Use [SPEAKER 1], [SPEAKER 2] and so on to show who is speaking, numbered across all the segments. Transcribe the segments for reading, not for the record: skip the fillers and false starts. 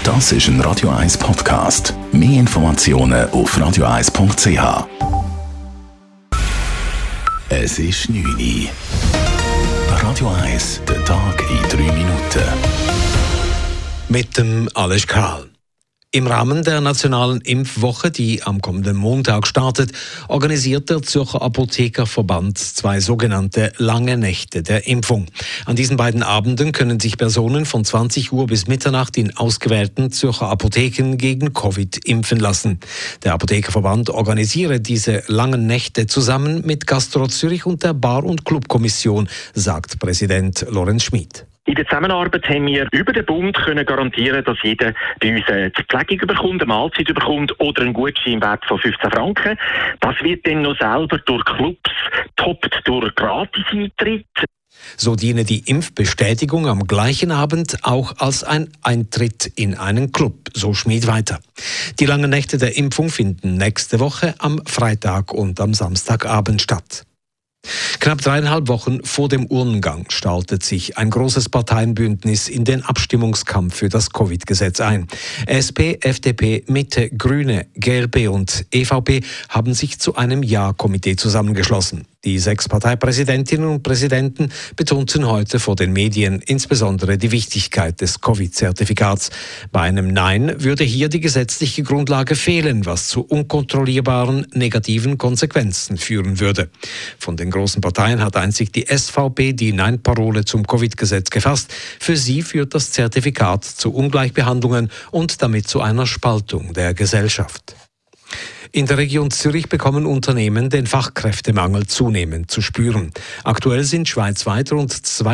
[SPEAKER 1] Das ist ein Radio 1 Podcast. Mehr Informationen auf radio1.ch. Es ist 9 Uhr. Radio 1, der Tag in 3 Minuten.
[SPEAKER 2] Mit dem Aleš Král. Im Rahmen der nationalen Impfwoche, die am kommenden Montag startet, organisiert der Zürcher Apothekerverband 2 sogenannte lange Nächte der Impfung. An diesen beiden Abenden können sich Personen von 20 Uhr bis Mitternacht in ausgewählten Zürcher Apotheken gegen Covid impfen lassen. Der Apothekerverband organisiere diese langen Nächte zusammen mit Gastro Zürich und der Bar- und Clubkommission, sagt Präsident Lorenz Schmid.
[SPEAKER 3] In der Zusammenarbeit haben wir über den Bund können garantieren, dass jeder bei uns eine Verpflegung bekommt, eine Mahlzeit bekommt oder einen Gutschein wert von 15 Franken. Das wird dann noch selber durch Clubs toppt durch Gratis-Eintritt.
[SPEAKER 2] So diene die Impfbestätigung am gleichen Abend auch als ein Eintritt in einen Club, so Schmid weiter. Die langen Nächte der Impfung finden nächste Woche am Freitag und am Samstagabend statt. Knapp 3,5 Wochen vor dem Urnengang startet sich ein großes Parteienbündnis in den Abstimmungskampf für das Covid-Gesetz ein. SP, FDP, Mitte, Grüne, GLP und EVP haben sich zu einem Ja-Komitee zusammengeschlossen. Die 6 Parteipräsidentinnen und Präsidenten betonten heute vor den Medien insbesondere die Wichtigkeit des Covid-Zertifikats. Bei einem Nein würde hier die gesetzliche Grundlage fehlen, was zu unkontrollierbaren negativen Konsequenzen führen würde. Von den großen Parteien hat einzig die SVP die Nein-Parole zum Covid-Gesetz gefasst. Für sie führt das Zertifikat zu Ungleichbehandlungen und damit zu einer Spaltung der Gesellschaft. In der Region Zürich bekommen Unternehmen den Fachkräftemangel zunehmend zu spüren. Aktuell sind schweizweit rund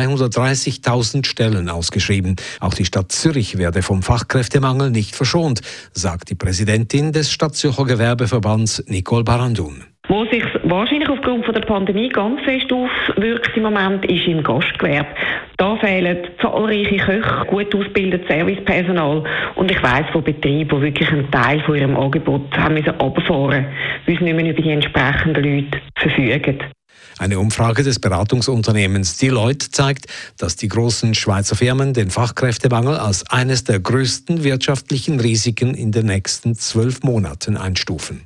[SPEAKER 2] 230.000 Stellen ausgeschrieben. Auch die Stadt Zürich werde vom Fachkräftemangel nicht verschont, sagt die Präsidentin des Stadtzürcher Gewerbeverbands Nicole Barandun.
[SPEAKER 4] Wo sich wahrscheinlich aufgrund der Pandemie ganz fest auswirkt im Moment, ist im Gastgewerbe. Da fehlen zahlreiche Köche, gut ausgebildetes Servicepersonal. Und ich weiss von Betrieben, die wirklich einen Teil von ihrem Angebot haben müssen runterfahren, weil sie nicht mehr über die entsprechenden Leute verfügen.
[SPEAKER 2] Eine Umfrage des Beratungsunternehmens Deloitte zeigt, dass die großen Schweizer Firmen den Fachkräftemangel als eines der größten wirtschaftlichen Risiken in den nächsten 12 Monaten einstufen.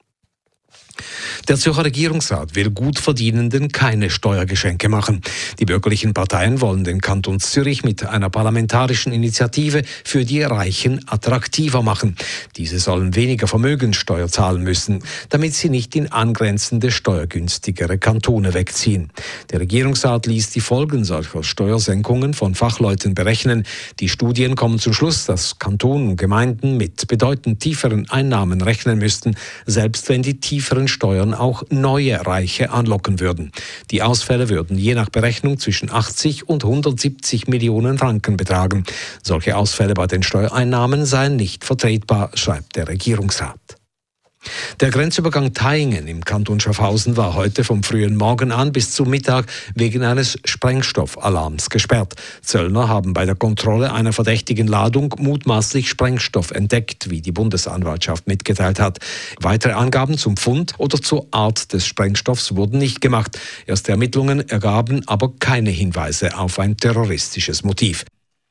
[SPEAKER 2] Der Zürcher Regierungsrat will Gutverdienenden keine Steuergeschenke machen. Die bürgerlichen Parteien wollen den Kanton Zürich mit einer parlamentarischen Initiative für die Reichen attraktiver machen. Diese sollen weniger Vermögenssteuer zahlen müssen, damit sie nicht in angrenzende steuergünstigere Kantone wegziehen. Der Regierungsrat ließ die Folgen solcher Steuersenkungen von Fachleuten berechnen. Die Studien kommen zum Schluss, dass Kantone und Gemeinden mit bedeutend tieferen Einnahmen rechnen müssten, selbst wenn die tieferen Steuern auch neue Reiche anlocken würden. Die Ausfälle würden je nach Berechnung zwischen 80 und 170 Millionen Franken betragen. Solche Ausfälle bei den Steuereinnahmen seien nicht vertretbar, schreibt der Regierungsrat. Der Grenzübergang Thaingen im Kanton Schaffhausen war heute vom frühen Morgen an bis zum Mittag wegen eines Sprengstoffalarms gesperrt. Zöllner haben bei der Kontrolle einer verdächtigen Ladung mutmaßlich Sprengstoff entdeckt, wie die Bundesanwaltschaft mitgeteilt hat. Weitere Angaben zum Fund oder zur Art des Sprengstoffs wurden nicht gemacht. Erste Ermittlungen ergaben aber keine Hinweise auf ein terroristisches Motiv.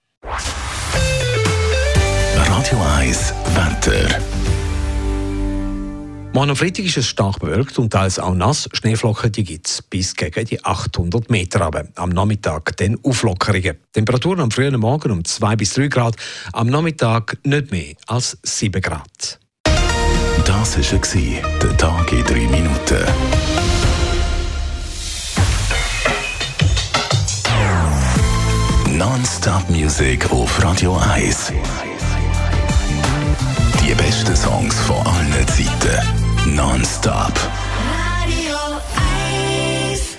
[SPEAKER 1] Radio 1 Wetter.
[SPEAKER 2] Morgen am Freitag ist es stark bewölkt und teils auch nass. Schneeflocken gibt es bis gegen die 800 Meter runter. Am Nachmittag dann Auflockerungen. Temperaturen am frühen Morgen um 2 bis 3 Grad, am Nachmittag nicht mehr als 7 Grad.
[SPEAKER 1] Das war der Tag in 3 Minuten. Non-Stop Music auf Radio 1. Die besten Songs von allen Zeiten. Non-Stop.
[SPEAKER 5] Radio 1.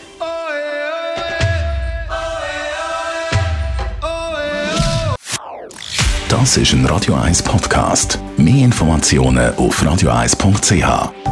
[SPEAKER 1] Das ist ein Radio 1 Podcast. Mehr Informationen auf radio1.ch.